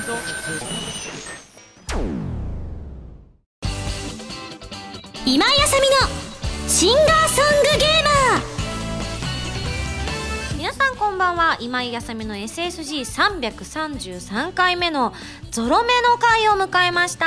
と今井あさみのシンガーソングゲーマー。皆さんこんばんは。今井あさみの SSG333 回目のゾロ目の回を迎えました。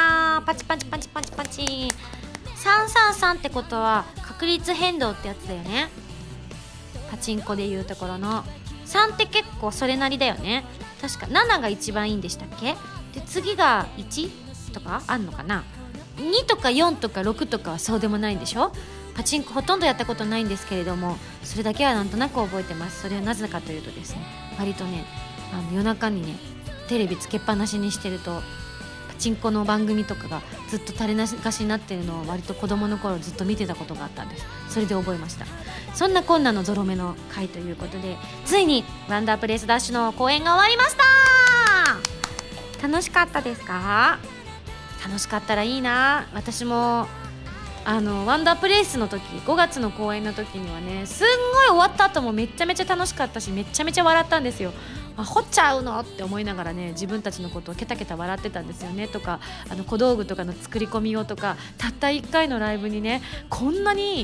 パチパチパチパチパチ。333ってことは確率変動ってやつだよね。パチンコでいうところの3って結構それなりだよね。確か7が一番いいんでしたっけ。で次が1とかあんのかな。2とか4とか6とかはそうでもないんでしょ。パチンコほとんどやったことないんですけれども、それだけはなんとなく覚えてます。それはなぜかというとですね、割とね夜中にねテレビつけっぱなしにしてるとパチンコの番組とかがずっと垂れ流しになってるのを割と子供の頃ずっと見てたことがあったんです。それで覚えました。そんなこんなのゾロ目の回ということで、ついにワンダープレイスダッシュの公演が終わりました。楽しかったですか？楽しかったらいいな。私もワンダープレイスの時5月の公演の時にはね、すんごい終わった後もめちゃめちゃ楽しかったし、めちゃめちゃ笑ったんですよ。掘っちゃうのって思いながらね、自分たちのことをケタケタ笑ってたんですよね。とか小道具とかの作り込みをとか、たった1回のライブにねこんなに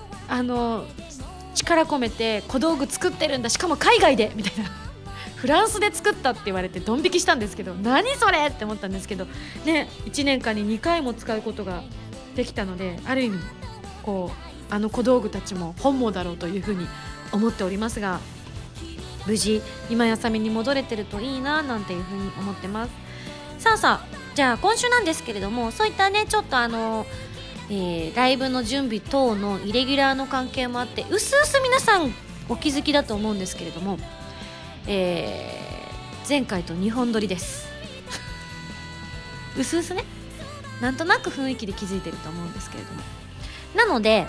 力込めて小道具作ってるんだ、しかも海外でみたいなフランスで作ったって言われてドン引きしたんですけど、何それって思ったんですけどね、1年間に2回も使うことができたので、ある意味こう小道具たちも本望だろうというふうに思っておりますが、無事今やさみに戻れてるといいななんていうふうに思ってます。さあじゃあ今週なんですけれども、そういったねちょっとライブの準備等のイレギュラーの関係もあって、うすうす皆さんお気づきだと思うんですけれども、前回と2本撮りですうすうすね、なんとなく雰囲気で気づいてると思うんですけれども、なので、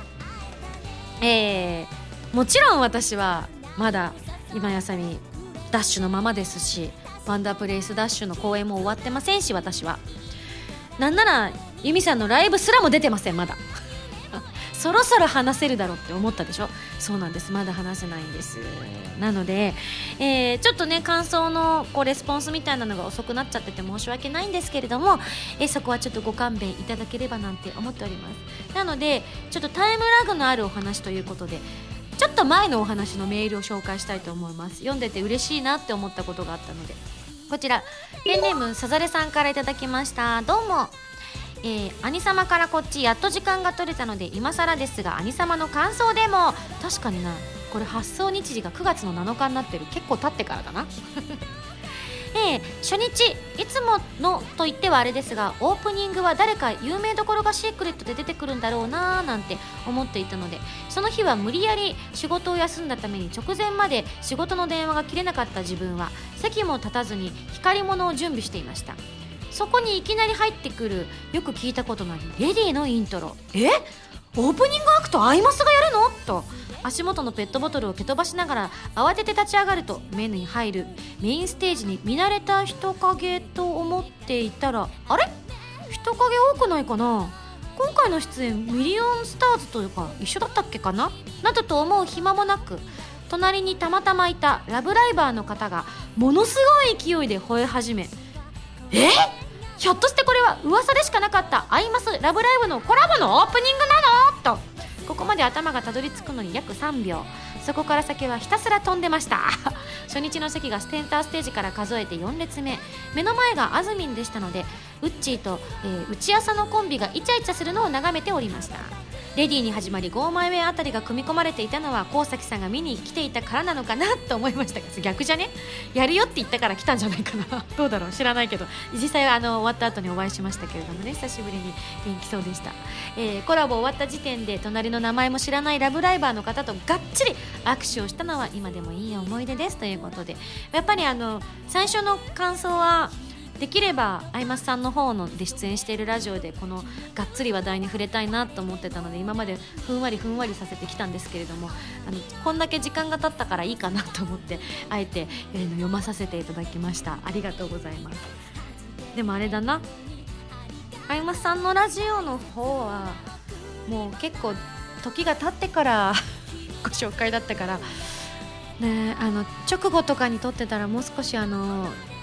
もちろん私はまだ今やさみダッシュのままですし、ワンダープレイスダッシュの公演も終わってませんし、私はなんならユミさんのライブすらも出てません。まだそろそろ話せるだろうって思ったでしょ。そうなんです、まだ話せないんです。なので、ちょっとね感想のレスポンスみたいなのが遅くなっちゃってて申し訳ないんですけれども、そこはちょっとご勘弁いただければなんて思っております。なのでちょっとタイムラグのあるお話ということで、ちょっと前のお話のメールを紹介したいと思います。読んでて嬉しいなって思ったことがあったので、こちらペンネームさざれさんからいただきました。どうも、兄様からこっちやっと時間が取れたので今更ですが、兄様の感想でも。確かにな、これ発送日時が9月の7日になってる。結構経ってからだな初日いつものと言ってはあれですが、オープニングは誰か有名どころがシークレットで出てくるんだろうなーなんて思っていたので、その日は無理やり仕事を休んだために直前まで仕事の電話が切れなかった自分は席も立たずに光り物を準備していました。そこにいきなり入ってくるよく聞いたことないレディーのイントロ。オープニングアクトアイマスがやるのと足元のペットボトルを蹴飛ばしながら慌てて立ち上がると、目に入るメインステージに見慣れた人影と思っていたら、あれ人影多くないかな、今回の出演ミリオンスターズというか一緒だったっけかななどと思う暇もなく、隣にたまたまいたラブライバーの方がものすごい勢いで吠え始め、ひょっとしてこれは噂でしかなかったアイマスラブライブのコラボのオープニングなのと、ここまで頭がたどり着くのに約3秒。そこから先はひたすら飛んでました初日の席がセンターステージから数えて4列目、目の前があずみんでしたので、ウッチーと、内朝のコンビがイチャイチャするのを眺めておりました。レディーに始まりゴーマイウェイあたりが組み込まれていたのは高崎さんが見に来ていたからなのかなと思いましたが、逆じゃね、やるよって言ったから来たんじゃないかなどうだろう、知らないけど実際は終わった後にお会いしましたけれどもね、久しぶりに元気そうでした。コラボ終わった時点で隣の名前も知らないラブライバーの方とがっちり握手をしたのは今でもいい思い出ですということで、やっぱり最初の感想はできればアイマスさんの方ので出演しているラジオでこのがっつり話題に触れたいなと思ってたので、今までふんわりさせてきたんですけれども、こんだけ時間が経ったからいいかなと思ってあえて、読まさせていただきました。ありがとうございます。でもあれだな、アイマスさんのラジオの方はもう結構時が経ってからご紹介だったからね、直後とかに撮ってたらもう少し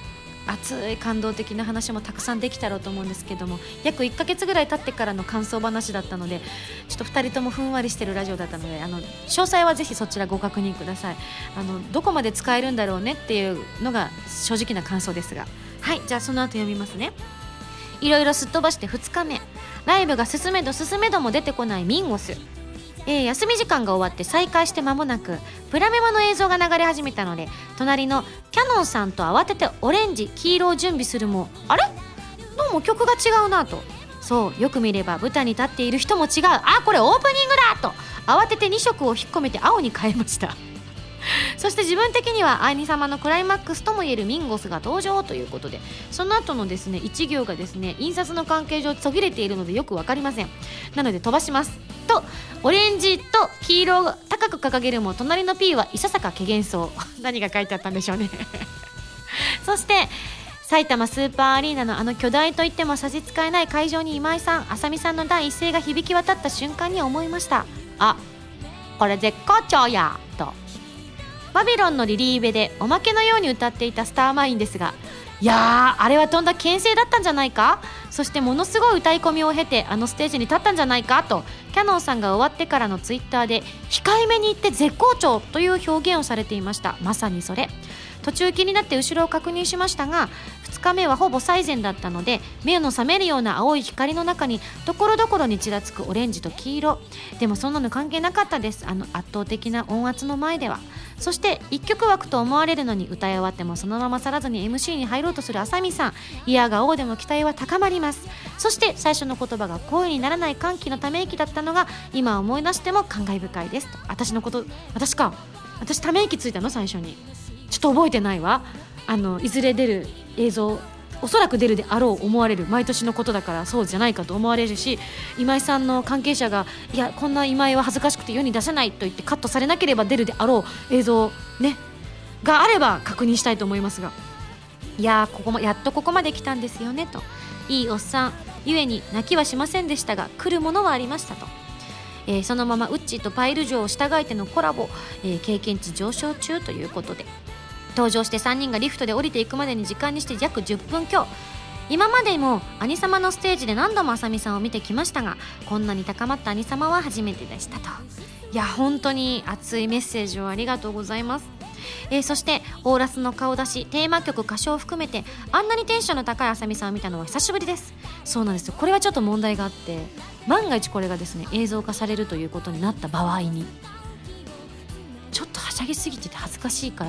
熱い感動的な話もたくさんできたろうと思うんですけども、約1ヶ月ぐらい経ってからの感想話だったので、ちょっと2人ともふんわりしてるラジオだったので、詳細はぜひそちらご確認ください。どこまで使えるんだろうねっていうのが正直な感想ですが、はい、じゃあその後読みますね。いろいろすっ飛ばして2日目、ライブが進めど進めども出てこないミンゴス。休み時間が終わって再開して間もなくプラメマの映像が流れ始めたので、隣のキャノンさんと慌ててオレンジ黄色を準備するも、あれどうも曲が違うなと。そう、よく見れば舞台に立っている人も違う、あ、これオープニングだと慌てて2色を引っ込めて青に変えましたそして自分的には兄様のクライマックスともいえるミンゴスが登場ということで、その後のですね1行がですね印刷の関係上途切れているのでよく分かりません。なので飛ばしますと、オレンジと黄色を高く掲げるも隣の P はいささか怪幻想何が書いてあったんでしょうねそして埼玉スーパーアリーナの巨大といっても差し支えない会場に今井さん、浅見さんの第一声が響き渡った瞬間に思いました。あ、これ絶好調やと。バビロンのリリーベでおまけのように歌っていたスターマインですが、いやー、あれはとんだ牽制だったんじゃないか、そしてものすごい歌い込みを経てステージに立ったんじゃないかと、キャノンさんが終わってからのツイッターで控えめに言って絶好調という表現をされていました。まさにそれ。途中気になって後ろを確認しましたが、2日目はほぼ最前だったので、目の覚めるような青い光の中にところどころにちらつくオレンジと黄色。でもそんなの関係なかったです、圧倒的な音圧の前では。そして1曲枠と思われるのに歌い終わってもそのまま去らずに MC に入ろうとする浅見さん、いやがおうでも期待は高まります。そして最初の言葉が声にならない歓喜のため息だったのが今思い出しても感慨深いですと。私ため息ついたの最初に、ちょっと覚えてないわ。いずれ出る映像、おそらく出るであろう思われる毎年のことだからそうじゃないかと思われるし、今井さんの関係者がいやこんな今井は恥ずかしくて世に出せないと言ってカットされなければ出るであろう映像ねがあれば確認したいと思いますが、いややっとここまで来たんですよねと。いいおっさんゆえに泣きはしませんでしたが来るものはありましたと。そのままウッチーとパイル城を従えてのコラボ、経験値上昇中ということで、登場して3人がリフトで降りていくまでに時間にして約10分強。今までも兄様のステージで何度も浅見さんを見てきましたが、こんなに高まった兄様は初めてでしたと。いや本当に熱いメッセージをありがとうございます。そしてオーラスの顔出し、テーマ曲歌唱を含めてあんなにテンションの高い浅見さんを見たのは久しぶりです。そうなんですよ、これはちょっと問題があって、万が一これがですね映像化されるということになった場合にちょっとはしゃぎすぎてて恥ずかしいから、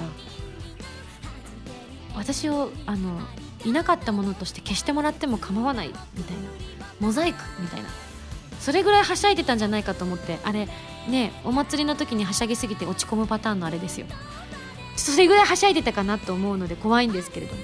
私をいなかったものとして消してもらっても構わないみたいな、モザイクみたいな、それぐらいはしゃいでたんじゃないかと思って、あれねお祭りの時にはしゃぎすぎて落ち込むパターンのあれですよ。それぐらいはしゃいでたかなと思うので怖いんですけれども、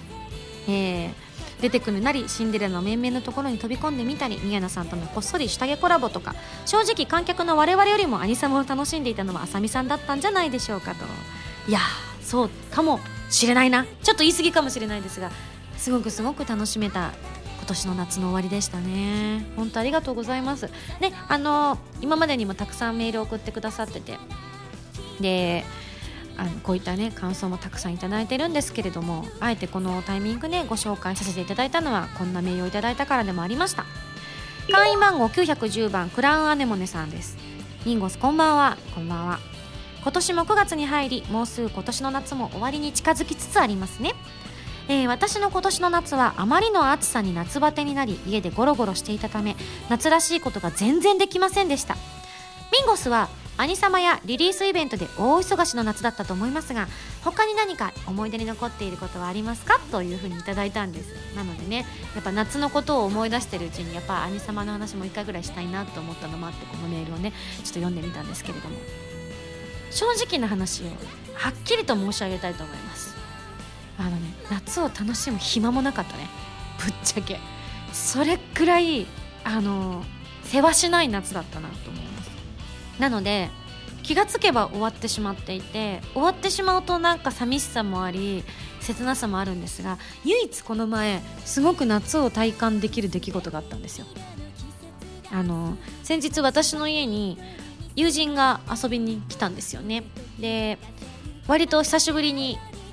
出てくるなりシンデレラの面々のところに飛び込んでみたり、宮野さんとのこっそり下着コラボとか、正直観客の我々よりもアニサムを楽しんでいたのは浅見さんだったんじゃないでしょうかと。いやそうかもしれないな、ちょっと言い過ぎかもしれないですが、すごく楽しめた今年の夏の終わりでしたね。本当ありがとうございます。で今までにもたくさんメールを送ってくださってて、でこういったね感想もたくさんいただいてるんですけれども、あえてこのタイミングでご紹介させていただいたのはこんなメールをいただいたからでもありました。会員番号910番クラウンアネモネさんです。ミンゴスこんばんは。こんばんは。今年も9月に入り、もうすぐ今年の夏も終わりに近づきつつありますね。私の今年の夏はあまりの暑さに夏バテになり、家でゴロゴロしていたため夏らしいことが全然できませんでした。ミンゴスはアニ様やリリースイベントで大忙しの夏だったと思いますが、他に何か思い出に残っていることはありますかというふうにいただいたんです。なのでね、やっぱ夏のことを思い出してるうちにやっぱアニ様の話も1回ぐらいしたいなと思ったのもあって、このメールをねちょっと読んでみたんですけれども、正直な話をはっきりと申し上げたいと思います。夏を楽しむ暇もなかったね、ぶっちゃけ。それくらいせわしない夏だったなと思います。なので気がつけば終わってしまっていて、終わってしまうとなんか寂しさもあり切なさもあるんですが、唯一この前すごく夏を体感できる出来事があったんですよ。先日私の家に友人が遊びに来たんですよね。で割と久しぶりに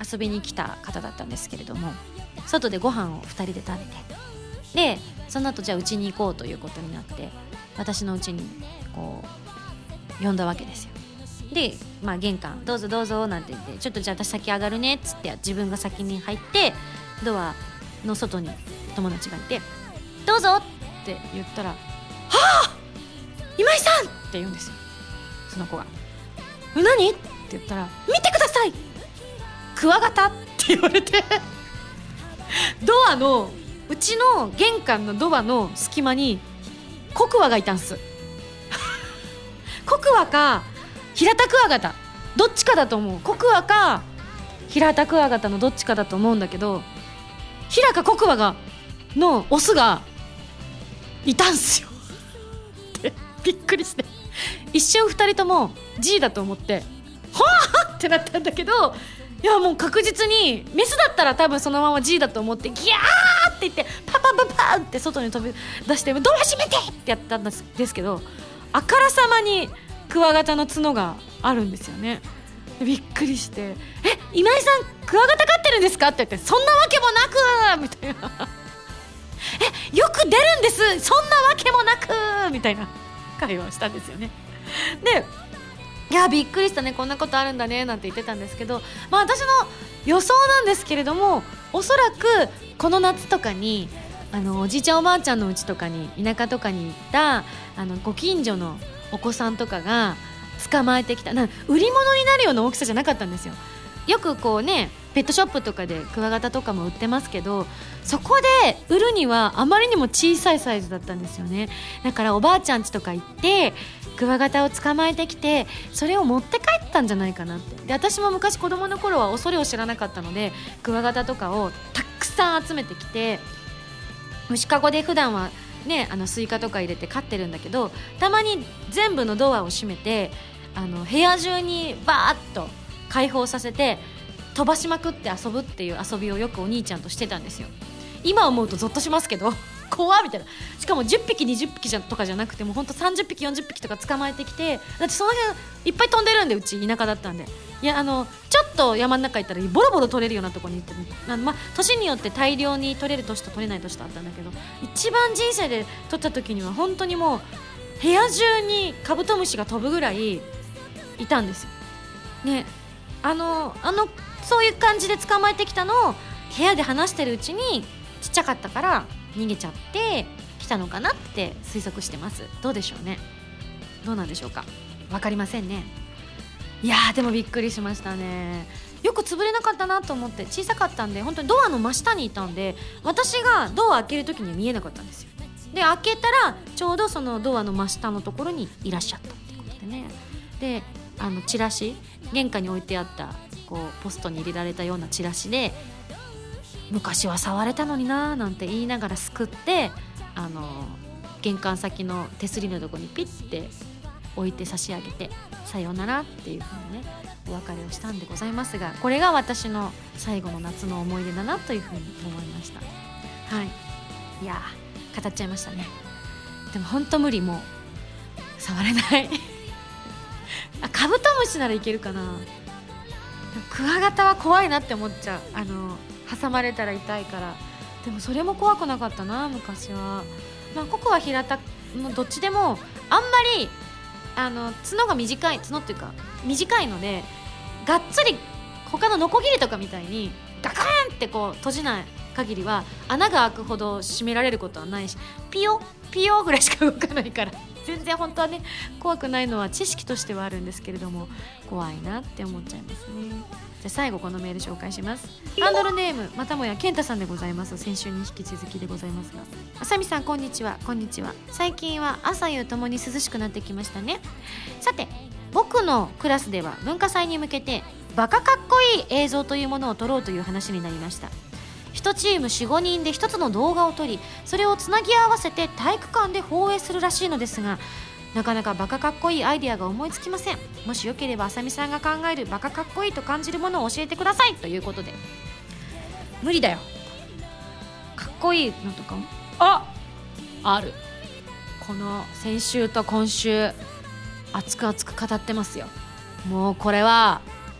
遊びに来た方だったんですけれども、外でご飯を2人で食べて、でその後じゃあうちに行こうということになって、私のうちにこう呼んだわけですよ。で、玄関どうぞどうぞなんて言って、ちょっとじゃあ私先上がるねっつって、自分が先に入ってドアの外に友達がいて、どうぞって言ったら、はあ今井さんって言うんですよ、その子が。何って言ったら、見てくださいクワガタって言われてドアのうちの玄関のドアの隙間にコクワがいたんすコクワか平田クワガタどっちかだと思う。コクワか平田クワガタのどっちかだと思うんだけど、平かコクワがのオスがいたんすよってびっくりして、一瞬2人とも G だと思ってはぁってなったんだけど、いやもう確実にメスだったら多分そのまま G だと思ってギャーって言ってパパパパって外に飛び出してドア閉めてってやったんですけど、あからさまにクワガタの角があるんですよね。びっくりして、今井さんクワガタ飼ってるんですかって言って、そんなわけもなくみたいなよく出るんです、そんなわけもなくみたいな会話をしたんですよね。で、いやびっくりしたね、こんなことあるんだねなんて言ってたんですけど、私の予想なんですけれども、おそらくこの夏とかにおじいちゃんおばあちゃんの家とかに田舎とかに行ったご近所のお子さんとかが捕まえてきた売り物になるような大きさじゃなかったんですよ。よくこうねペットショップとかでクワガタとかも売ってますけど、そこで売るにはあまりにも小さいサイズだったんですよね。だからおばあちゃん家とか行ってクワガタを捕まえてきて、それを持って帰ったんじゃないかなって。で、私も昔子供の頃は恐れを知らなかったので、クワガタとかをたくさん集めてきて、虫かごで普段はねスイカとか入れて飼ってるんだけど、たまに全部のドアを閉めて部屋中にバーッと開放させて飛ばしまくって遊ぶっていう遊びをよくお兄ちゃんとしてたんですよ。今思うとゾッとしますけど怖っみたいな。しかも10匹20匹とかじゃなくても本当30匹40匹とか捕まえてきて、だってその辺いっぱい飛んでるんで、うち田舎だったんで、いやちょっと山の中行ったらボロボロ取れるようなとこに行って、年によって大量に取れる年と取れない年とあったんだけど、一番人生で取った時には本当にもう部屋中にカブトムシが飛ぶぐらいいたんですよね。そういう感じで捕まえてきたのを部屋で話してるうちにちっちゃかったから逃げちゃってきたのかなって推測してます。どうでしょうね、どうなんでしょうか、分かりませんね。いやーでもびっくりしましたね。よく潰れなかったなと思って、小さかったんで本当にドアの真下にいたんで、私がドア開ける時には見えなかったんですよ。で開けたらちょうどそのドアの真下のところにいらっしゃったっていうことでね。でチラシ、玄関に置いてあったこうポストに入れられたようなチラシで、昔は触れたのになーなんて言いながらすくって、玄関先の手すりのとこにピッて置いて差し上げて、さようならっていう風にねお別れをしたんでございますが、これが私の最後の夏の思い出だなという風に思いました。はい、いやー語っちゃいましたね。でも本当無理、もう触れないカブトムシならいけるかな。でもクワガタは怖いなって思っちゃう。挟まれたら痛いから。でもそれも怖くなかったな昔は。ココは平田もどっちでもあんまり角が短い、角っていうか短いので、がっつり他のノコギリとかみたいにガカーンってこう閉じない限りは穴が開くほど閉められることはないし、ピヨピヨぐらいしか動かないから全然本当はね怖くないのは知識としてはあるんですけれども、怖いなって思っちゃいますね。じゃあ最後このメール紹介します。ハンドルネームまたもや健太さんでございます。先週に引き続きでございますが、あさみさんこんにちは。こんにちは。最近は朝夕ともに涼しくなってきましたね。さて僕のクラスでは文化祭に向けてバカかっこいい映像というものを撮ろうという話になりました。1チーム 4,5 人で1つの動画を撮り、それをつなぎ合わせて体育館で放映するらしいのですが、なかなかバカかっこいいアイデアが思いつきません。もしよければあさみさんが考えるバカかっこいいと感じるものを教えてくださいということで。無理だよ、かっこいいのとかもある。この先週と今週熱く語ってますよ。もうこれは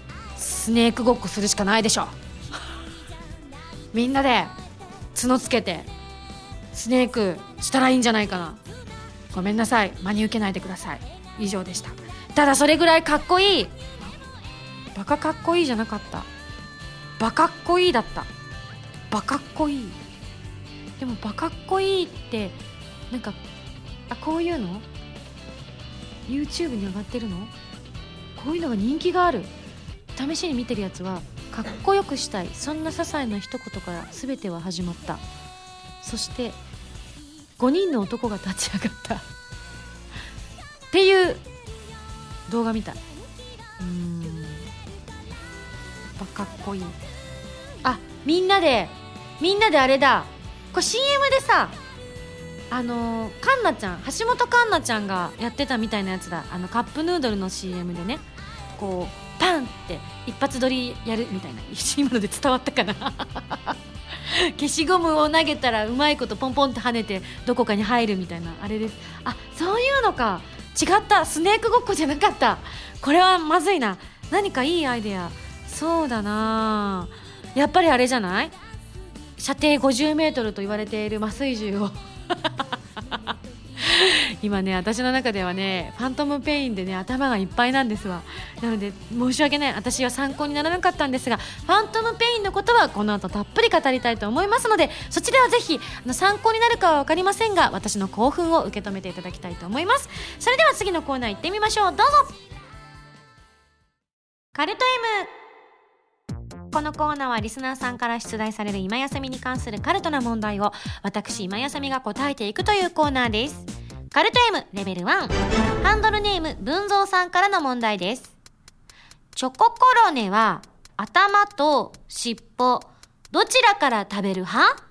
スネークごっこするしかないでしょ。みんなで角つけてスネークしたらいいんじゃないかな。ごめんなさい、真に受けないでください。以上でした。ただそれぐらいかっこいい。バカかっこいいじゃなかった、バカっこいいだった。バカっこいい。でもバカっこいいってなんか、こういうの YouTube に上がってるの、こういうのが人気がある。試しに見てるやつはかっこよくしたい、そんな些細な一言から全ては始まった。そして5人の男が立ち上がったっていう動画見た。バカっこいい。みんなであれだ、これ CM でさ、カンナちゃん、橋本環奈ちゃんがやってたみたいなやつだ。カップヌードルの CM でね、こうパンって一発撮りやるみたいな。今ので伝わったかな。消しゴムを投げたらうまいことポンポンって跳ねてどこかに入るみたいな、あれです。そういうのか。違った、スネークごっこじゃなかった。これはまずいな。何かいいアイデア。そうだな、やっぱりあれじゃない、射程50メートルと言われている麻酔銃を今ね、私の中ではね、ファントムペインでね、頭がいっぱいなんですわ。なので申し訳ない、私は参考にならなかったんですが、ファントムペインのことはこの後たっぷり語りたいと思いますので、そちらはぜひ参考になるかは分かりませんが、私の興奮を受け止めていただきたいと思います。それでは次のコーナー行ってみましょう。どうぞ。カルト M。 このコーナーはリスナーさんから出題される今やさみに関するカルトな問題を私今やさみが答えていくというコーナーです。カルト M レベル1、ハンドルネーム文蔵さんからの問題です。チョココロネは頭と尻尾どちらから食べる派？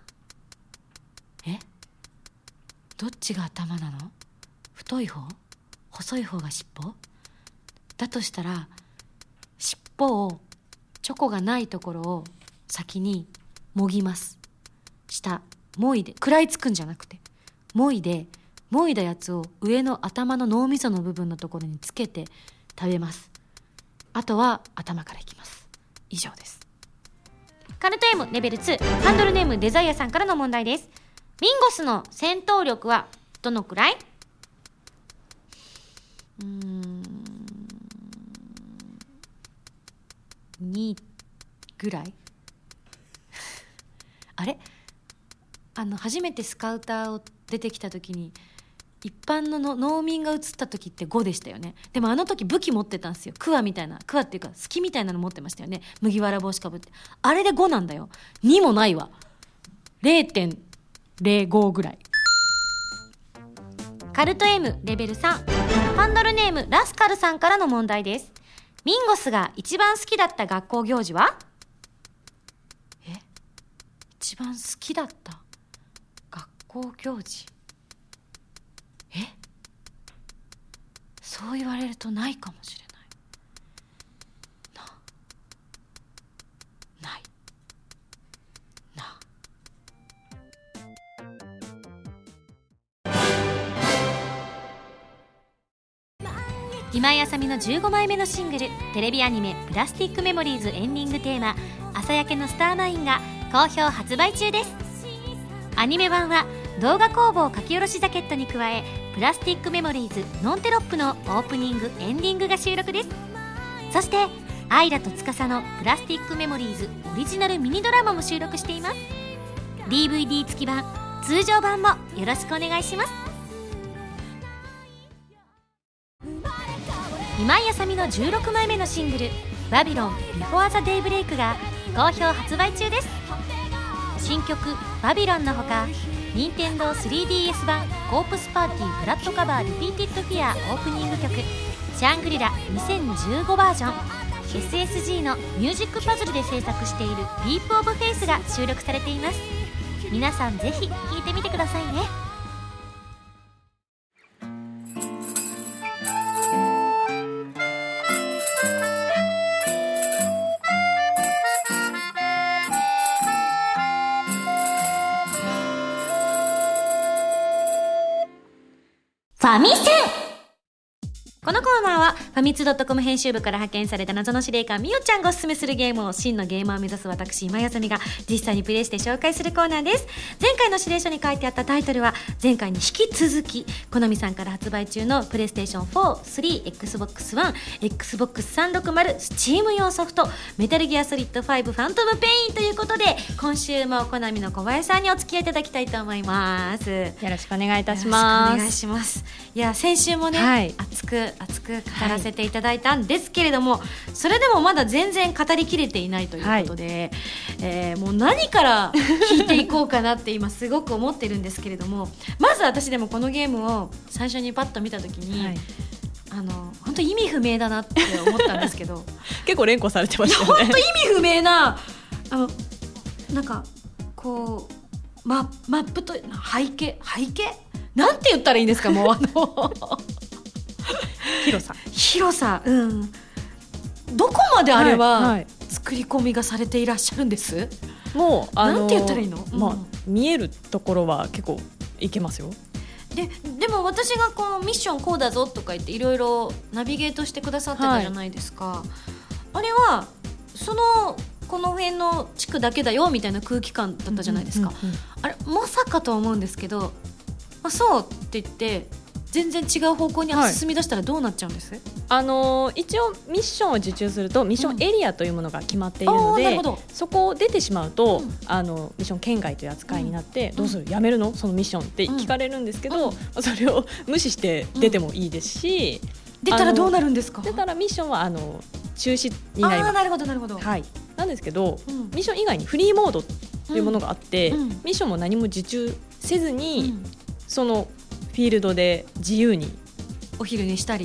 どっちが頭なの？太い方？細い方が尻尾？だとしたら尻尾を、チョコがないところを先にもぎます。もいで、食らいつくんじゃなくてもいだやつを上の頭の脳みその部分のところにつけて食べます。あとは頭からいきます。以上です。カルト M レベル2、ハンドルネームデザイアさんからの問題です。ミンゴスの戦闘力はどのくらい？2ぐらいあれ、初めてスカウターを出てきた時に一般の農民が移った時って5でしたよね。でもあの時武器持ってたんですよ。クワっていうかスキみたいなの持ってましたよね。麦わら帽子かぶって、あれで5なんだよ。2もないわ。 0.05 ぐらい。カルト M レベル3、ハンドルネームラスカルさんからの問題です。ミンゴスが一番好きだった学校行事は？一番好きだった学校行事、そう言われるとないかもしれないな。今井あさみの15枚目のシングル、テレビアニメプラスティックメモリーズエンディングテーマ、朝焼けのスターマインが好評発売中です。アニメ版は動画工房書き下ろしジャケットに加え、プラスティックメモリーズノンテロップのオープニングエンディングが収録です。そしてアイラと司のプラスティックメモリーズオリジナルミニドラマも収録しています。 DVD 付き版、通常版もよろしくお願いします。今井あさみの16枚目のシングル「バビロンビフォーザデイブレイクが好評発売中です。新曲「バビロン」のほか、任天堂 3DS 版コープスパーティーフラットカバーリピーティッドフィアオープニング曲シャングリラ2015バージョン、 SSG のミュージックパズルで制作しているディープオブフェイスが収録されています。皆さんぜひ聴いてみてくださいね。ファミセン。 このコーナーはファミツ.com 編集部から派遣された謎の司令官みおちゃんがおすすめするゲームを真のゲーマーを目指す私今やさみが実際にプレイして紹介するコーナーです。前回の指令書に書いてあったタイトルは前回に引き続きコナミさんから発売中のプレイステーション4、3、Xbox One、Xbox 360、Steam 用ソフトメタルギアソリッド5ファントムペインということで、今週もコナミの小林さんにお付き合いいただきたいと思います。よろしくお願いいたします。 お願いします。いや先週もね、はい、熱く語らせていただいたんですけれども、それでもまだ全然語りきれていないということで、もう何から聞いていこうかなって今すごく思ってるんですけれども、まず私でもこのゲームを最初にパッと見た時に、本当意味不明だなって思ったんですけど結構連呼されてましたよね。 本当意味不明ななんかこうマップと背景なんて言ったらいいんですか、もう広さ、どこまであれは作り込みがされていらっしゃるんです？ もうなんて言ったらいいの？ 見えるところは結構いけますよ。 でも私がこうミッションこうだぞとか言っていろいろナビゲートしてくださってたじゃないですか、あれはこの辺の地区だけだよみたいな空気感だったじゃないですか、あれまさかと思うんですけど、そうって言って全然違う方向に進み出したらどうなっちゃうんです？ 一応ミッションを受注するとミッションエリアというものが決まっているので、そこを出てしまうと、ミッション圏外という扱いになって、どうする、やめるのそのミッションって聞かれるんですけど、それを無視して出てもいいですし、 出たらどうなるんですか？ 出たらミッションは中止になります。 なるほどなるほど、 なんですけど、ミッション以外にフリーモードというものがあって、ミッションも何も受注せずに、そのフィールドで自由にお昼寝したり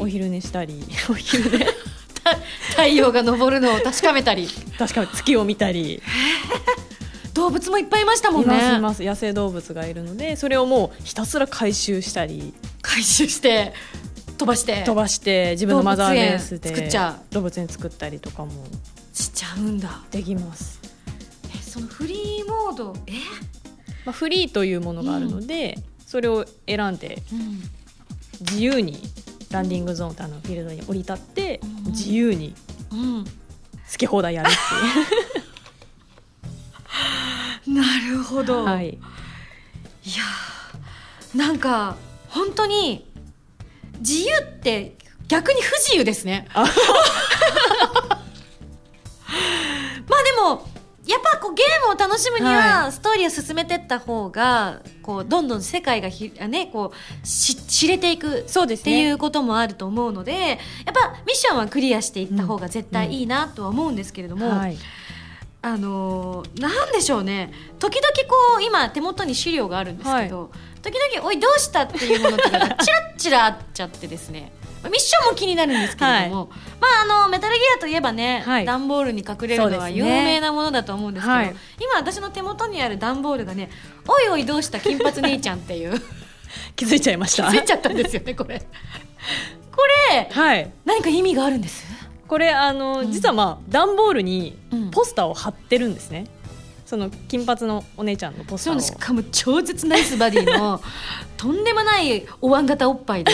太陽が昇るのを確かめたり月を見たり動物もいっぱいいましたもんね。 います野生動物がいるので、それをもうひたすら回収して飛ばして自分のマザーベースで動物園作ったりとかもしちゃうんだ。 できます。 そのフリーモードフリーというものがあるので、それを選んで、自由にランディングゾーンとフィールドに降り立って、自由に好き放題やるっていう、 なるほど、いやなんか本当に自由って逆に不自由ですねまあでもやっぱこうゲームを楽しむにはストーリーを進めていった方がこうどんどん世界がこう知れていくっていうこともあると思うので、やっぱミッションはクリアしていった方が絶対いいなとは思うんですけれども、なんでしょうね、時々こう今手元に資料があるんですけど、時々おいどうしたっていうものとかがチラッチラあっちゃってですねミッションも気になるんですけれども、メタルギアといえばね、段ボールに隠れるのは有名なものだと思うんですけど、今私の手元にある段ボールがね、おいおいどうした金髪姉ちゃんっていう気づいちゃいました。 気づいちゃったんですよねこれ何か意味があるんです。 これ実は段ボールにポスターを貼ってるんですね、その金髪のお姉ちゃんのポスターを。 しかも超絶ナイスバディのとんでもないお椀型おっぱいで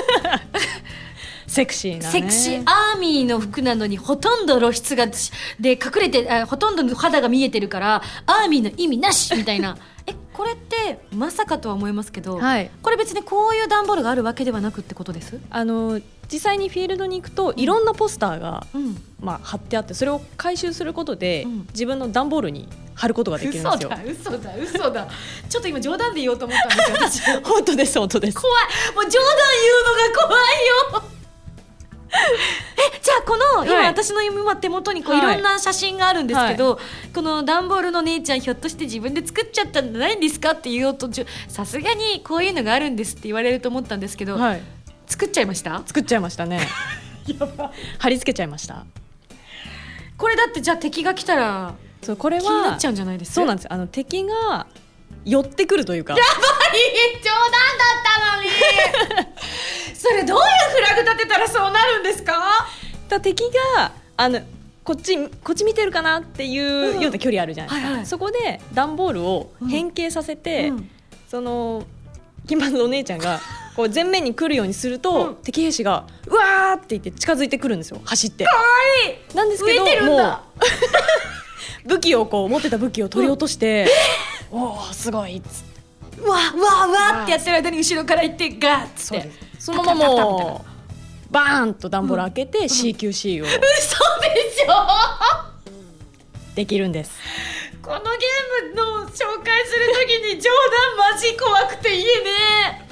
セクシーなね、 セクシーアーミーの服なのにほとんど露出がで隠れてほとんどの肌が見えてるからアーミーの意味なしみたいなこれってまさかとは思いますけど、これ別にこういう段ボールがあるわけではなくってことです？ 実際にフィールドに行くといろんなポスターが、貼ってあって、それを回収することで、自分の段ボールに貼ることができるんですよ。 嘘だちょっと今冗談で言おうと思ったんですよ私本当です怖い、もう冗談言うのが怖いよじゃあこの今私の今手元にいろんな写真があるんですけど、この段ボールの姉ちゃんひょっとして自分で作っちゃったんじゃないんですかって言おうと、さすがにこういうのがあるんですって言われると思ったんですけど、作っちゃいました？ 作っちゃいましたねやば貼り付けちゃいました。 これだってじゃあ敵が来たらこれは気になっちゃうんじゃないですか？ そうなんです、敵が寄ってくるというか。 やばい、冗談だったのにそれどういうフラグ立てたらそうなるんですか？ 敵がこっち見てるかなっていうような距離あるじゃないですか、そこで段ボールを変形させて、その金髪のお姉ちゃんがこう前面に来るようにすると、敵兵士がうわーって言って近づいてくるんですよ、走って。 かわいい。 なんですけど、もう武器をこう持ってた武器を取り落として、おーすごいっつって、 わってやってる間に後ろから行ってガーッつって、 そのままもうバーンと段ボール開けて CQC を嘘でしょできるんです。 このゲームの紹介するときに冗談マジ怖くて言えね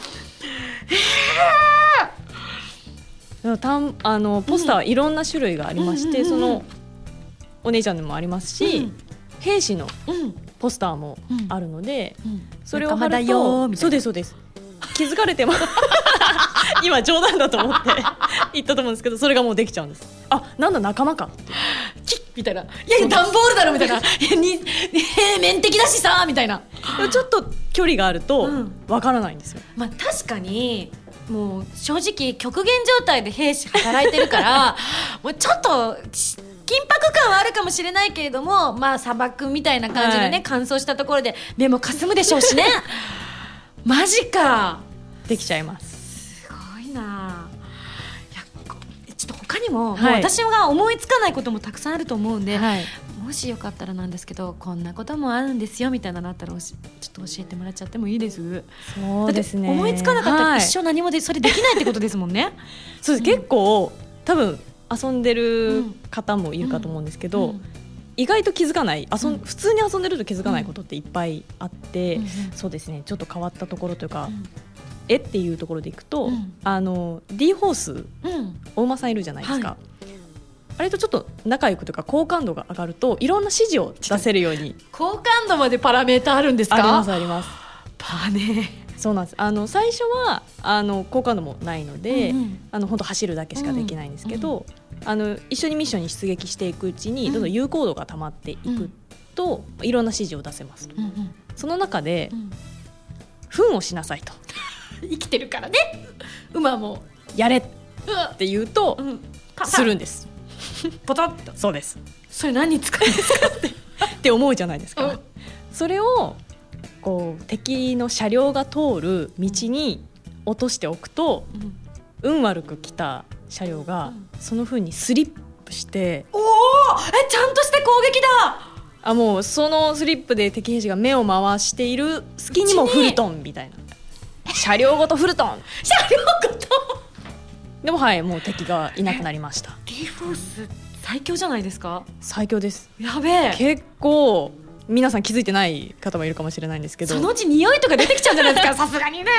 ポスターはいろんな種類がありまして、そのお姉ちゃんでもありますし、兵士のポスターもあるので、それを貼ると、そうですそうです、気づかれても今冗談だと思って言ったと思うんですけど、それがもうできちゃうんです。あ、なんだ仲間かってキッみたいな、いや段ボールだろみたいな、平面的だしさみたいな。 ちょっと距離があるとわからないんですよ。 まあ確かにもう正直極限状態で兵士働いてるからもうちょっと緊迫感はあるかもしれないけれども、まあ砂漠みたいな感じでね、乾燥したところで目もかすむでしょうしねマジか、 できちゃいます。 すごいな。いやちょっと他にも、もう私が思いつかないこともたくさんあると思うんで、もしよかったらなんですけど、こんなこともあるんですよみたいなのあったらちょっと教えてもらっちゃってもいいです？ そうですね、 だって思いつかなかったら一生何もそれできないってことですもんねそうです、結構多分遊んでる方もいるかと思うんですけど、意外と気づかない、普通に遊んでると気づかないことっていっぱいあって、そうですね、ちょっと変わったところというか、っていうところでいくと、D ホース、お馬さんいるじゃないですか、あれとちょっと仲良くというか好感度が上がるといろんな指示を出せるように。 好感度までパラメーターあるんですか？ ありますあります。 パネそうなんです。最初は好感度もないので、本当走るだけしかできないんですけど、一緒にミッションに出撃していくうちにどんどん有効度が溜まっていくと、いろんな指示を出せますと、その中で、糞をしなさいと生きてるからね、馬もやれって言うと、するんです。 ポトッと。 そうです。 それ何に使うんですかって思うじゃないですか、それをこう敵の車両が通る道に落としておくと、運悪く来た車両がその風にスリップして、 ちゃんとして攻撃だ。 もうそのスリップで敵兵士が目を回している隙にもフルトンみたいな、車両ごとフルトン車両ごとでももう敵がいなくなりました。 D フォース最強じゃないですか？ 最強です。 やべえ、 結構皆さん気づいてない方もいるかもしれないんですけど、 そのうち匂いとか出てきちゃうんじゃないですかさすがにね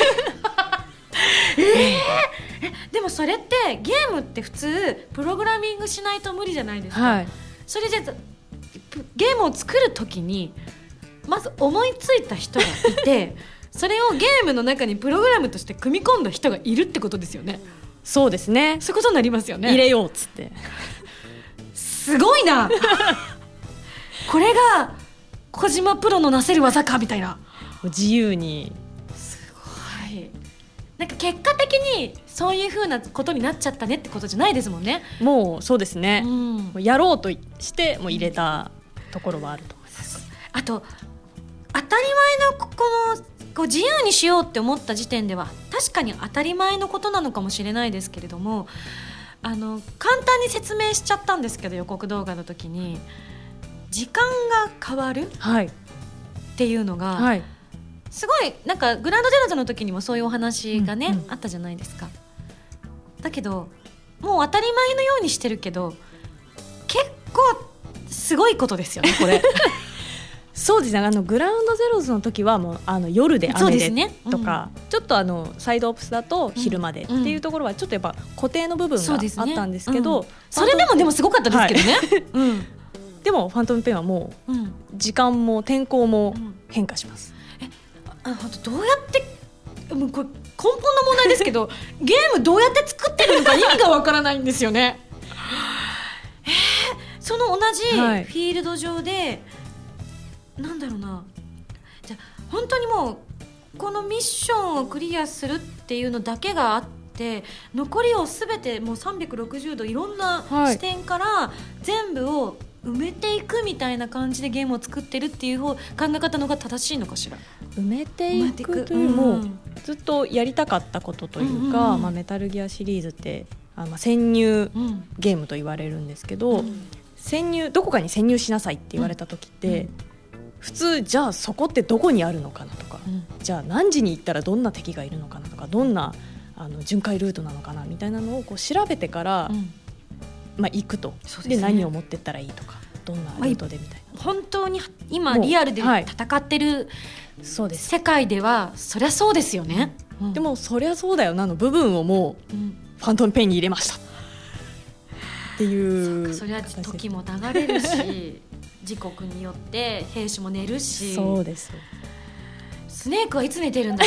でもそれってゲームって普通プログラミングしないと無理じゃないですか、それでゲームを作るときにまず思いついた人がいてそれをゲームの中にプログラムとして組み込んだ人がいるってことですよね。 そうですね、 そういうことになりますよね。 入れようっつってすごいなこれが小島プロのなせる技かみたいな、 自由に。 すごい。なんか結果的にそういう風なことになっちゃったねってことじゃないですもんね。 もうそうですね、やろうとしてもう入れたところはあると思います。 あと当たり前のこう自由にしようって思った時点では確かに当たり前のことなのかもしれないですけれども、簡単に説明しちゃったんですけど、予告動画の時に時間が変わるっていうのが、すごいなんかグランドゼロズの時にもそういうお話がね、あったじゃないですか。だけどもう当たり前のようにしてるけど結構すごいことですよねこれそうですね、グラウンドゼロズの時はもう夜で雨でとか、ちょっとサイドオプスだと昼までっていうところはちょっとやっぱ固定の部分があったんですけど、 それでもすごかったですけどね、 でもファントムペンはもう時間も天候も変化します。 どうやってもうこれ根本の問題ですけどゲームどうやって作ってるのか意味がわからないんですよねその同じフィールド上で、なんだろうな、じゃあ本当にもうこのミッションをクリアするっていうのだけがあって残りをすべてもう360度いろんな視点から全部を埋めていくみたいな感じでゲームを作ってるっていう考え方の方が正しいのかしら。 埋めていくというもずっとやりたかったことというか、メタルギアシリーズって潜入ゲームと言われるんですけど、どこかに潜入しなさいって言われた時って、普通じゃあそこってどこにあるのかなとか、じゃあ何時に行ったらどんな敵がいるのかなとか、どんな巡回ルートなのかなみたいなのをこう調べてから、行くと。で何を持ってったらいいとか、どんなルートでみたいな、 本当に今リアルで戦ってる、 そうです、 世界ではそりゃそうですよね、 でもそりゃそうだよなの部分をもう、ファントムペインに入れましたっていう。 そりゃ時も流れるし時刻によって兵士も寝るし。 そうです。 スネークはいつ寝てるんだ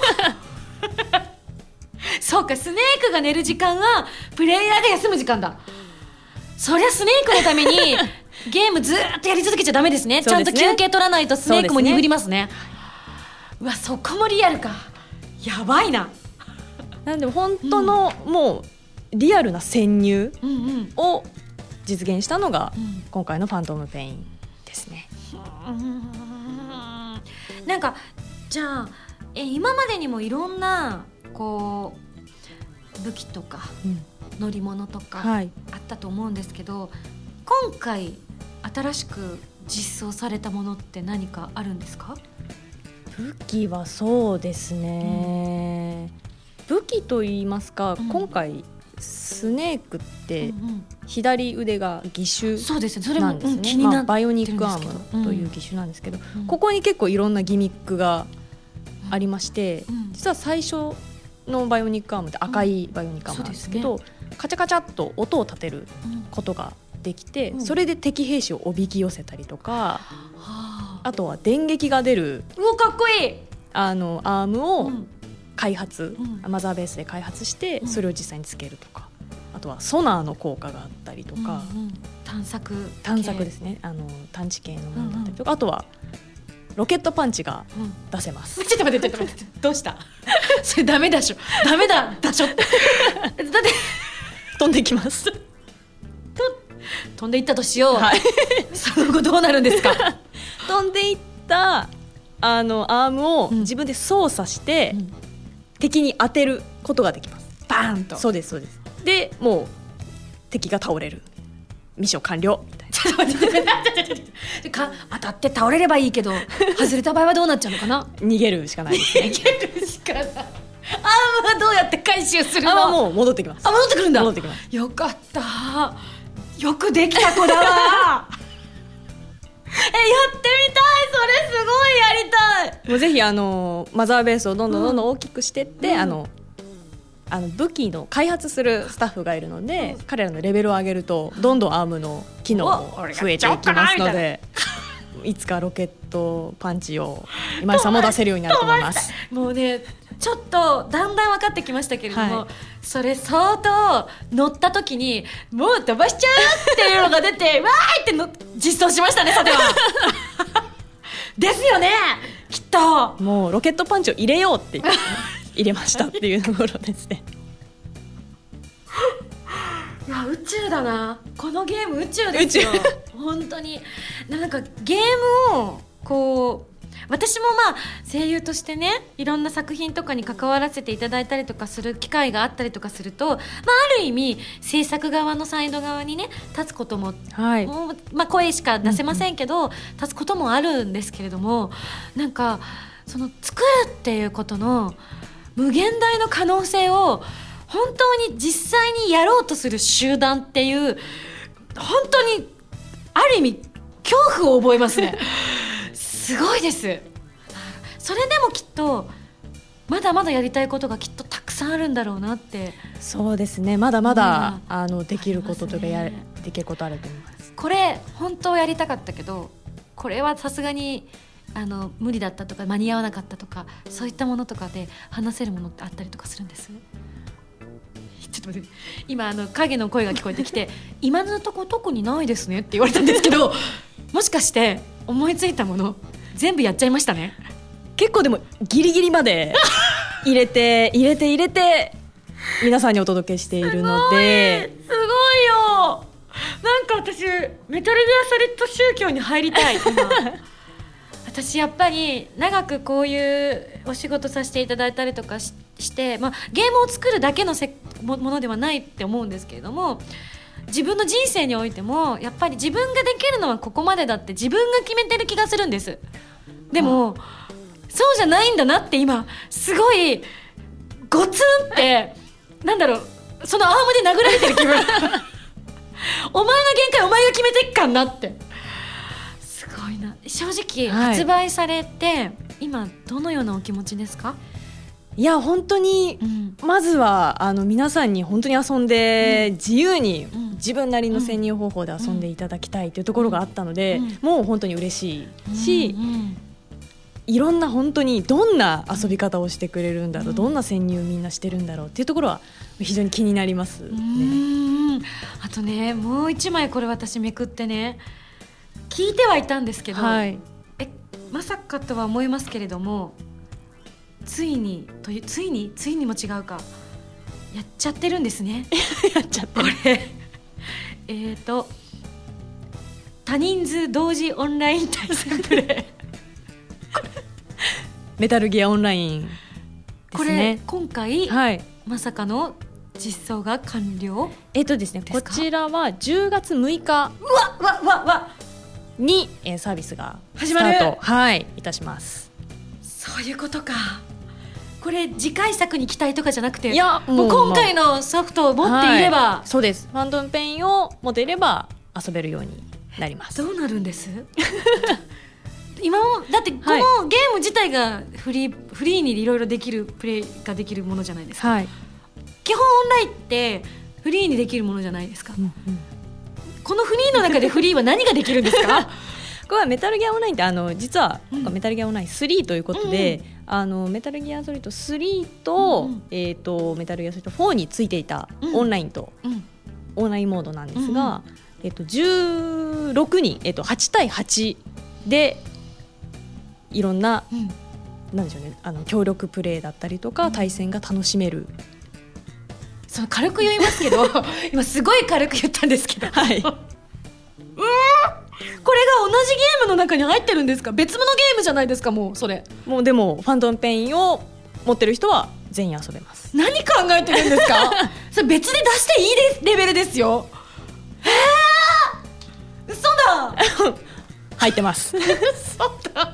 そうか、スネークが寝る時間はプレイヤーが休む時間だ。そりゃスネークのためにゲームずっとやり続けちゃダメですね。ちゃんと休憩取らないとスネークも鈍りますね。うわ、そこもリアルか。やばいな。 なんで本当の、もうリアルな潜入を実現したのが、今回のファントムペインですね。 なんかじゃあ今までにもいろんなこう武器とか、乗り物とかあったと思うんですけど、今回新しく実装されたものって何かあるんですか？ 武器はそうですね、武器といいますか、今回スネークって左腕が義手なんですね。バイオニックアームという義手なんですけど、ここに結構いろんなギミックがありまして、実は最初のバイオニックアームって赤いバイオニックアームなんですけど、カチャカチャっと音を立てることができて、それで敵兵士をおびき寄せたりとか、あとは電撃が出る、 かっこいいアームを開発、マザーベースで開発して、それを実際につけるとか、あとはソナーの効果があったりとか、 探索ですね、探知系のものだったりとか、あとはロケットパンチが出せます。 ちょっと待ってどうしたそれダメだしょだしょってだって飛んできます飛んでいったとしよう、その後どうなるんですか？ 飛んでいったアームを自分で操作して、敵に当てることができます。 バーンと。 そうです。でもう敵が倒れる、ミッション完了みたいな。 ちょっと待って当たって倒れればいいけど、外れた場合はどうなっちゃうのかな？ 逃げるしかないですね。 逃げるしかない。アームはどうやって回収するの？ アームはもう戻ってきます。 戻ってくるんだ。 戻ってきます。 よかった、よくできた子だわやってみたい、それすごいやりたい。 もうぜひマザーベースをどんどん大きくしてって、武器の開発するスタッフがいるので、彼らのレベルを上げるとどんどんアームの機能も増えていきますので、いつかロケットパンチを今井さんも出せるようになると思います。 もうね、ちょっとだんだん分かってきましたけれども、それ相当乗った時にもう飛ばしちゃうっていうのが出てわーいって実装しましたね、さてはですよね、きっと。 もうロケットパンチを入れようって入れましたっていうところですね。 いや、宇宙だな、このゲーム宇宙ですよ本当に。なんかゲームをこう、私も声優としてね、いろんな作品とかに関わらせていただいたりとかする機会があったりとかすると、ある意味制作側のサイド側にね立つことも、もう声しか出せませんけど、立つこともあるんですけれども、なんかその作るっていうことの無限大の可能性を本当に実際にやろうとする集団っていう、本当にある意味恐怖を覚えますねすごいです。それでもきっとまだまだやりたいことがきっとたくさんあるんだろうなって。 そうですね、まだまだ、できることとかできることあると思います。 これ本当やりたかったけど、これはさすがに無理だったとか間に合わなかったとか、そういったものとかで話せるものってあったりとかするんです？ちょっと待って、今影の声が聞こえてきて今のとこ特にないですねって言われたんですけどもしかして思いついたもの全部やっちゃいましたね。 結構でもギリギリまで入れて皆さんにお届けしているので、 すごいよ。なんか私メタルギアソリッド宗教に入りたい今私やっぱり長くこういうお仕事させていただいたりとかして、まあ、ゲームを作るだけのものではないって思うんですけれども、自分の人生においてもやっぱり自分ができるのはここまでだって自分が決めてる気がするんです。でもそうじゃないんだなって今すごいゴツンってなんだろう、そのアームで殴られてる気分お前の限界お前が決めてっかんなって。すごいな。正直、発売されて今どのようなお気持ちですか？ いや本当に、まずは皆さんに本当に遊んで、自由に自分なりの潜入方法で遊んでいただきたいというところがあったので、もう本当に嬉しいし、いろんな本当にどんな遊び方をしてくれるんだろう、どんな潜入みんなしてるんだろうっていうところは非常に気になりますね。 あとね、もう一枚これ私めくってね聞いてはいたんですけど、まさかとは思いますけれども、ついにも違うか、やっちゃってるんですねやっちゃってる。 これ多人数同時オンライン対戦プレイメタルギアオンラインですね。 これ今回、まさかの実装が完了ですね、こちらは10月6日にサービスがスタートいたします。 そういうことか。これ次回作に期待とかじゃなくて、 いやもう今回のソフトを持っていれば、 そうです。ファントムペインを持っていれば遊べるようになります。 どうなるんです今もだってこのゲーム自体がフリーにいろいろできるプレイができるものじゃないですか、基本オンラインってフリーにできるものじゃないですか、このフリーの中でフリーは何ができるんですかこれはメタルギアオンラインって実はメタルギアオンライン3ということで、メタルギアソリッド3と、メタルギアソリッド4についていたオンラインと、オンラインモードなんですが、16人、8対8でいろんな、なんでしょうね、協力プレイだったりとか、対戦が楽しめる。 そう軽く言いますけど今すごい軽く言ったんですけど、これが同じゲームの中に入ってるんですか？別物ゲームじゃないですか。もうそれもうでもファントムペインを持ってる人は全員遊べます。 何考えてるんですかそれ別で出していいレベルですよ。嘘だ入ってます嘘だ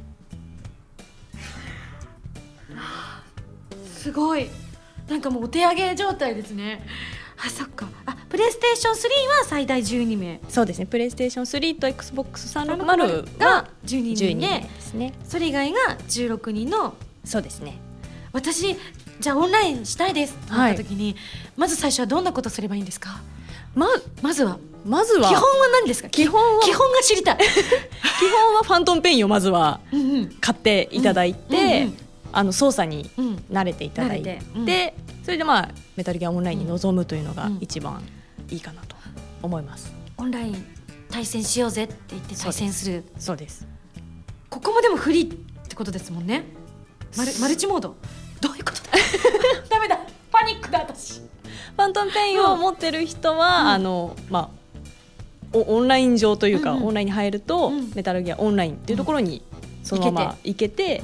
すごい、なんかもうお手上げ状態ですね。そっか。プレイステーション3は最大12名。 そうですね、プレイステーション3と XBOX360 が12名ですね。 それ以外が16人の。 そうですね。 私じゃあオンラインしたいですってなった時に、まず最初はどんなことすればいいんですか？まずは基本は何ですか？基本が知りたい基本はファントムペインをまずは買っていただいて、操作に慣れていただいて、それでメタルギアオンラインに臨むというのが一番いいかなと思います。 オンライン対戦しようぜって言って対戦する。 そうです。 ここもでもフリーってことですもんね。マルチモードどういうことだダメだ、パニックだ私。 ファントムペインを持ってる人は、オンライン上というか、オンラインに入ると、メタルギアオンラインっていうところにそのまま行けて、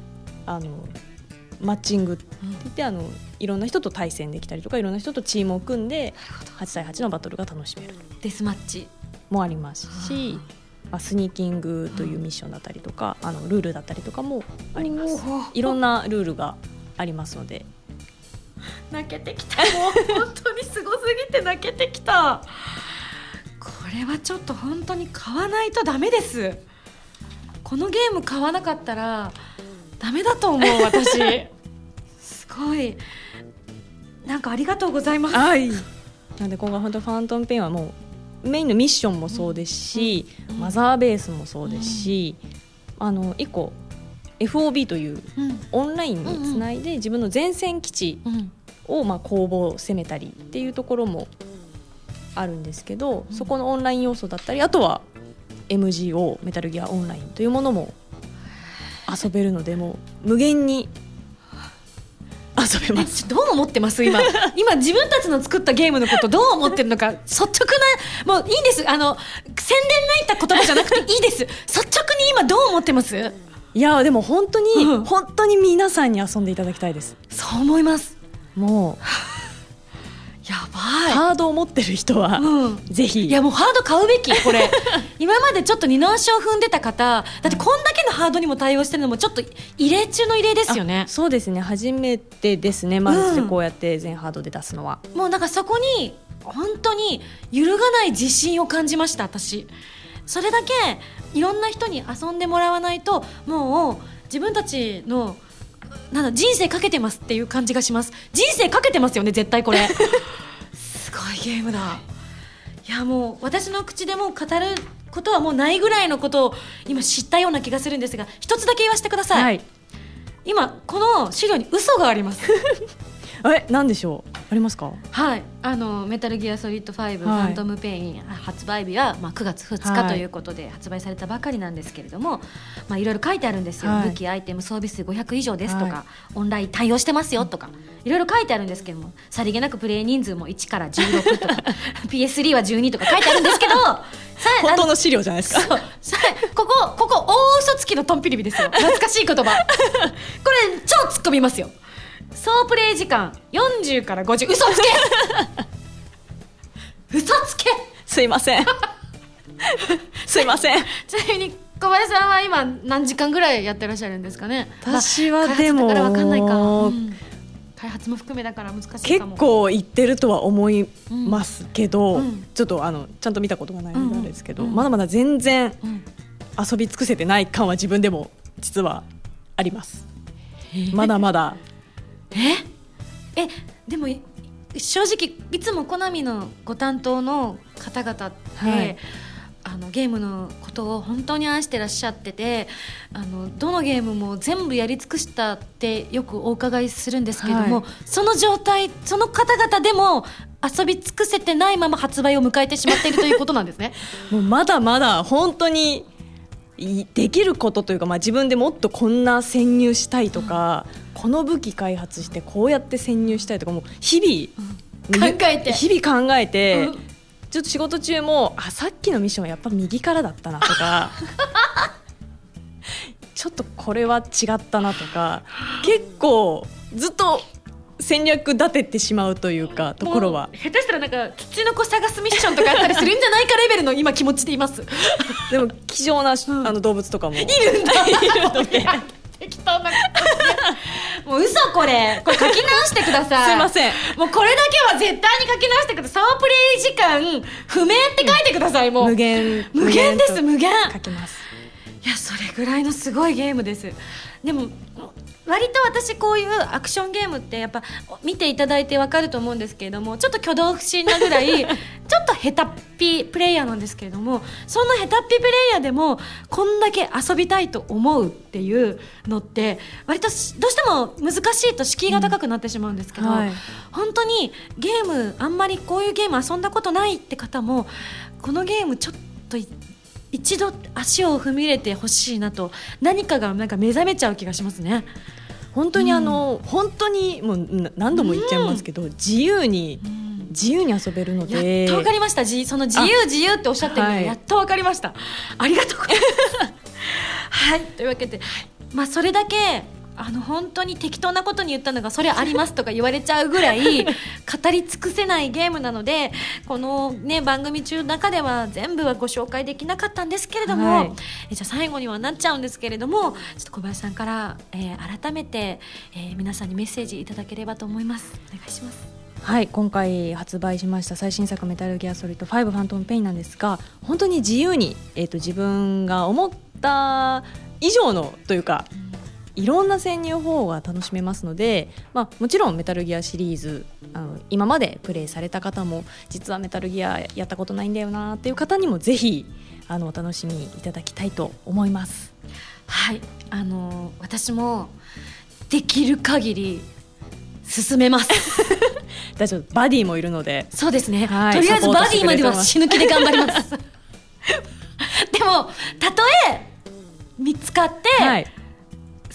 マッチングって言って、いろんな人と対戦できたりとか、いろんな人とチームを組んで8対8のバトルが楽しめる。 デスマッチもありますし、スニーキングというミッションだったりとか、ルールだったりとかもあります。いろんなルールがありますので。 泣けてきた。もう本当にすごすぎて泣けてきた。これはちょっと本当に買わないとダメです。このゲーム買わなかったらダメだと思う私すごい、なんかありがとうございます。 なんで今回本当ファントムペインはもうメインのミッションもそうですし、マザーベースもそうですし、1個 FOB というオンラインにつないで自分の前線基地を攻防を攻めたりっていうところもあるんですけど、そこのオンライン要素だったり、あとは MGO メタルギアオンラインというものも遊べるので、もう無限に遊べます。 どう思ってます今自分たちの作ったゲームのことどう思ってるのか率直な、もういいんです、宣伝めいた言葉じゃなくていいです率直に今どう思ってます？ いやでも本当に、本当に皆さんに遊んでいただきたいです。 そう思います。 もうやばい、 ハードを持ってる人は、ぜひ。 いやもうハード買うべきこれ今までちょっと二の足を踏んでた方だってこんだけのハードにも対応してるのもちょっと異例中の異例ですよね。 そうですね、初めてですね、まずこうやって全ハードで出すのは、 もうなんかそこに本当に揺るがない自信を感じました。私それだけいろんな人に遊んでもらわないともう自分たちの人生かけてますっていう感じがします。人生かけてますよね絶対これすごいゲームだ。いやもう私の口でも語ることはもうないぐらいのことを今知ったような気がするんですが、一つだけ言わせてください、はい、今この資料に嘘があります何でしょう、ありますか？ はい、メタルギアソリッド5、ファントムペイン発売日は、9月2日ということで発売されたばかりなんですけれども、いろいろ書いてあるんですよ、武器アイテム装備数500以上ですとか、オンライン対応してますよとかいろいろ書いてあるんですけども、さりげなくプレイ人数も1から16とかPS3 は12とか書いてあるんですけど本当の資料じゃないですか。 ここ大嘘つきのトンピリビですよ。懐かしい言葉これ超突っ込みますよ。総プレイ時間40から50。嘘つけ嘘つけすいませんすいません。 ちなみに小林さんは今何時間ぐらいやってらっしゃるんですかね？ 私はでも、 開発だから分かんないか、開発も含めだから難しいかも。 結構いってるとは思いますけど、ちょっとちゃんと見たことがないのであれですけど、まだまだ全然遊び尽くせてない感は自分でも実はあります。まだまだでも正直いつもコナミのご担当の方々って、ゲームのことを本当に愛してらっしゃってて、どのゲームも全部やり尽くしたってよくお伺いするんですけれども、その状態、その方々でも遊び尽くせてないまま発売を迎えてしまっているということなんですねもうまだまだ本当にできることというか、自分でもっとこんな潜入したいとか、この武器開発してこうやって潜入したいとか、もう日々考えて、ちょっと仕事中もさっきのミッションはやっぱ右からだったなとかちょっとこれは違ったなとか、結構ずっと戦略立ててしまうというか、ところは下手したらなんか土の子探すミッションとかあったりするんじゃないかレベルの今気持ちでいますでも希少な、動物とかもいるんだ適当なもう嘘これ書き直してくださいすいません、 もうこれだけは絶対に書き直してください。総プレイ時間不明って書いてください。もう無限です無限書きます。 いやそれぐらいのすごいゲームです。でも割と私こういうアクションゲームってやっぱ見ていただいて分かると思うんですけれども、ちょっと挙動不審なぐらいちょっとヘタっぴプレイヤーなんですけれども、そんなヘタっぴプレイヤーでもこんだけ遊びたいと思うっていうのって割とどうしても難しいと敷居が高くなってしまうんですけど、本当にゲームあんまりこういうゲーム遊んだことないって方もこのゲームちょっと一度足を踏み入れてほしいなと、何かがなんか目覚めちゃう気がしますね。 本当に本当にもう何度も言っちゃいますけど、自由に遊べるので、 やっと分かりました。その自由っておっしゃってるのがやっと分かりました。ありがとうございますはい、というわけで、それだけ本当に適当なことに言ったのがそれありますとか言われちゃうぐらい語り尽くせないゲームなので、この、番組中の中では全部はご紹介できなかったんですけれども、じゃあ最後にはなっちゃうんですけれども、ちょっと小林さんから、改めて、皆さんにメッセージいただければと思います。お願いします。 はい、今回発売しました最新作メタルギアソリッド5ファントムペインなんですが、本当に自由に、自分が思った以上のというか、いろんな潜入方法が楽しめますので、もちろんメタルギアシリーズ今までプレイされた方も、実はメタルギアやったことないんだよなっていう方にもぜひお楽しみいただきたいと思います。 はい、私もできる限り進めます大丈夫、バディもいるので。 そうですね、とりあえずバディまでは死ぬ気で頑張りますでもたとえ見つかって、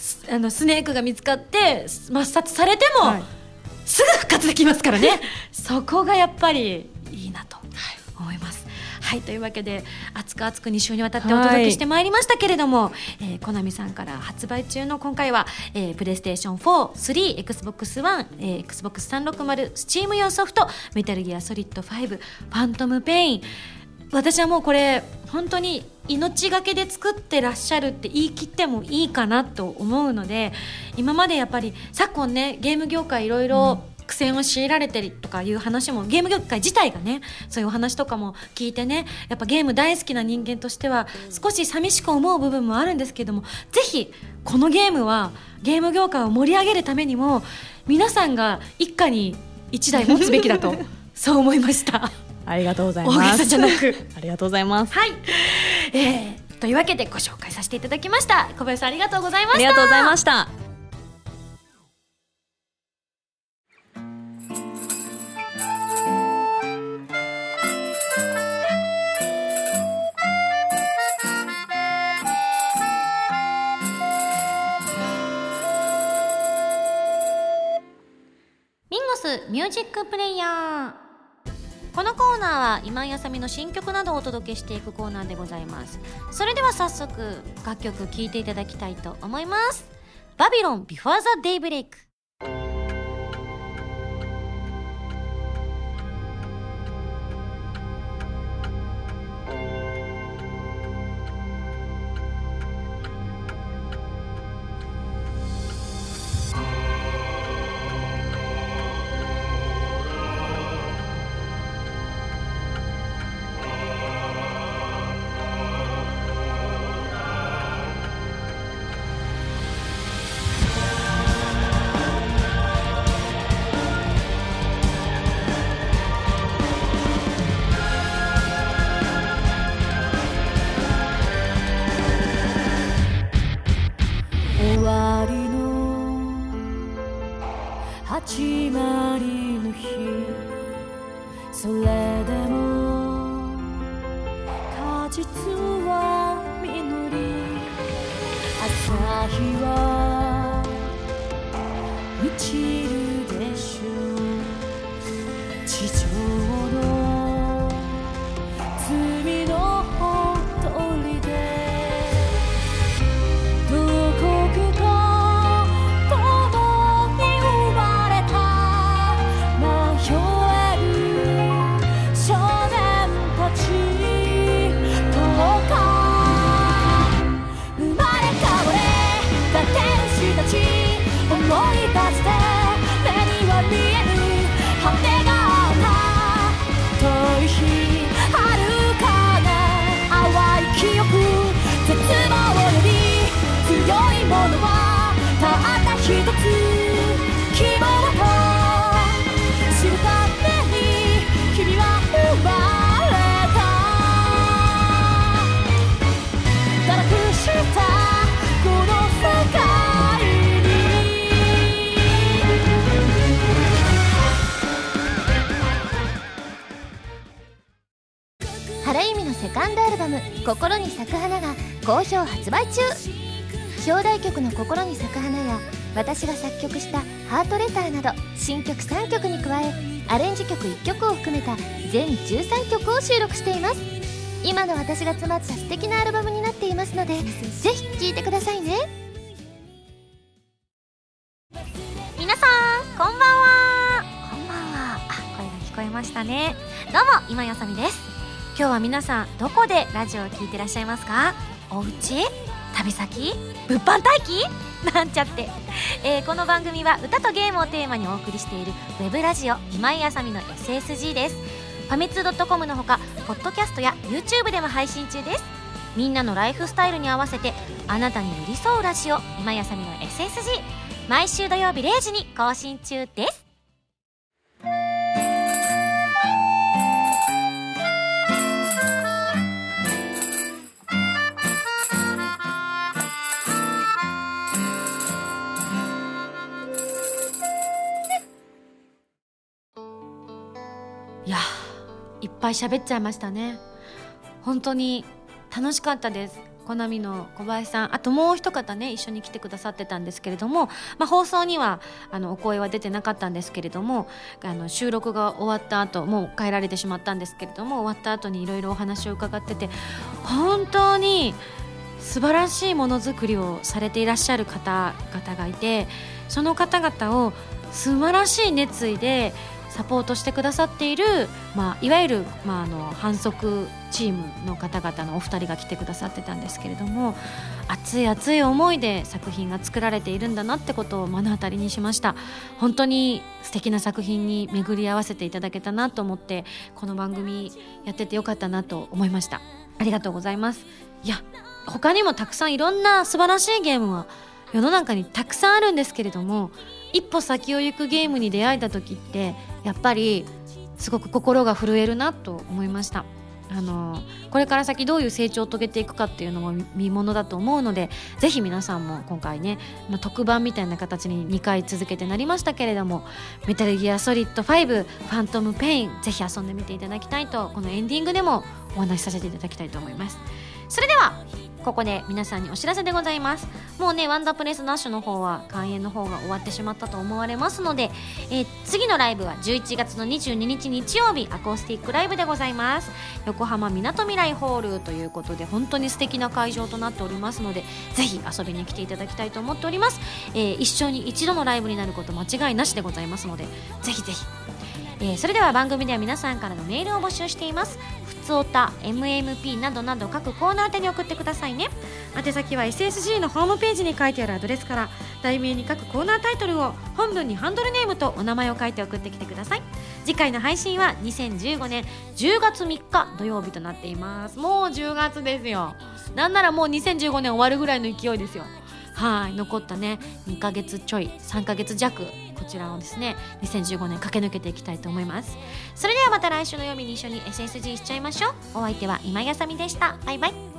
スネークが見つかって抹殺されても、すぐ復活できますからねそこがやっぱりいいなと思います。はい、というわけで熱く2週にわたってお届けしてまいりましたけれども、コナミさんから発売中の今回は、プレイステーション4、3、Xbox One、Xbox 360、Steam 用ソフト、メタルギアソリッド5、ファントムペイン。私はもうこれ本当に命がけで作ってらっしゃるって言い切ってもいいかなと思うので、今までやっぱり昨今ね、ゲーム業界いろいろ苦戦を強いられてるとかいう話も、ゲーム業界自体がね、そういうお話とかも聞いてね、やっぱゲーム大好きな人間としては少し寂しく思う部分もあるんですけども、ぜひこのゲームはゲーム業界を盛り上げるためにも皆さんが一家に一台持つべきだとそう思いましたありがとうございます。 大げさじゃなくありがとうございます。 はい、というわけでご紹介させていただきました。小林さん、ありがとうございました。 ありがとうございました。 ミンゴスミュージックプレイヤー。このコーナーは今井あさみの新曲などをお届けしていくコーナーでございます。それでは早速楽曲聴いていただきたいと思います。バビロン Before the Daybreak。 終わりの始まりの日、それでも果実は実り、朝日は満ちるでしょう。地上の罪のほとりで原由美のセカンドアルバム「心に咲く花」が好評発売中。表題曲の「心に咲く花」や私が作曲した「ハートレター」など新曲3曲に加えアレンジ曲1曲を含めた全13曲を収録しています。今の私が詰まった素敵なアルバムになっていますので、ぜひ聴いてくださいね。 皆さんこんばんは。こんばんは。声が聞こえましたね。どうも今井あさみです。今日は皆さんどこでラジオを聞いてらっしゃいますか？お家？旅先？物販待機？なんちゃって、この番組は歌とゲームをテーマにお送りしているウェブラジオ今井あさみの SSG です。ファミツー .com のほかポッドキャストや YouTube でも配信中です。みんなのライフスタイルに合わせてあなたに寄り添うラジオ今井あさみの SSG、 毎週土曜日0時に更新中です。いや、いっぱい喋っちゃいましたね。本当に楽しかったです。 コナミの小林さん、あともう一方ね一緒に来てくださってたんですけれども、放送にはお声は出てなかったんですけれども、収録が終わった後、もう帰られてしまったんですけれども、終わった後にいろいろお話を伺ってて、本当に素晴らしいものづくりをされていらっしゃる方々がいて、その方々を素晴らしい熱意でサポートしてくださっている、いわゆる、反則チームの方々のお二人が来てくださってたんですけれども、熱い熱い思いで作品が作られているんだなってことを目の当たりにしました。本当に素敵な作品に巡り合わせていただけたなと思って、この番組やっててよかったなと思いました。ありがとうございます。いや、他にもたくさんいろんな素晴らしいゲームは世の中にたくさんあるんですけれども、一歩先を行くゲームに出会えた時ってやっぱりすごく心が震えるなと思いました。これから先どういう成長を遂げていくかっていうのも見ものだと思うので、ぜひ皆さんも今回ね、特番みたいな形に2回続けてなりましたけれども、メタルギアソリッド5ファントムペイン、ぜひ遊んでみていただきたいと、このエンディングでもお話しさせていただきたいと思います。それではここで皆さんにお知らせでございます。もうね、ワンダープレイスダッシュの方は開演の方が終わってしまったと思われますので、次のライブは11月の22日日曜日、アコースティックライブでございます。横浜みなとみらいホールということで、本当に素敵な会場となっておりますので、ぜひ遊びに来ていただきたいと思っております。一生に一度のライブになること間違いなしでございますので、ぜひぜひ。それでは番組では皆さんからのメールを募集しています。ふつおた、MMP などなど各コーナー宛てに送ってくださいね。宛先は SSG のホームページに書いてあるアドレスから、題名に各コーナータイトルを、本文にハンドルネームとお名前を書いて送ってきてください。次回の配信は2015年10月3日土曜日となっています。もう10月ですよ。なんならもう2015年終わるぐらいの勢いですよ。はい、残ったね2ヶ月ちょい、3ヶ月弱、こちらをですね2015年駆け抜けていきたいと思います。それではまた来週の曜日に一緒に SSG しちゃいましょう。お相手は今やさみでした。バイバイ。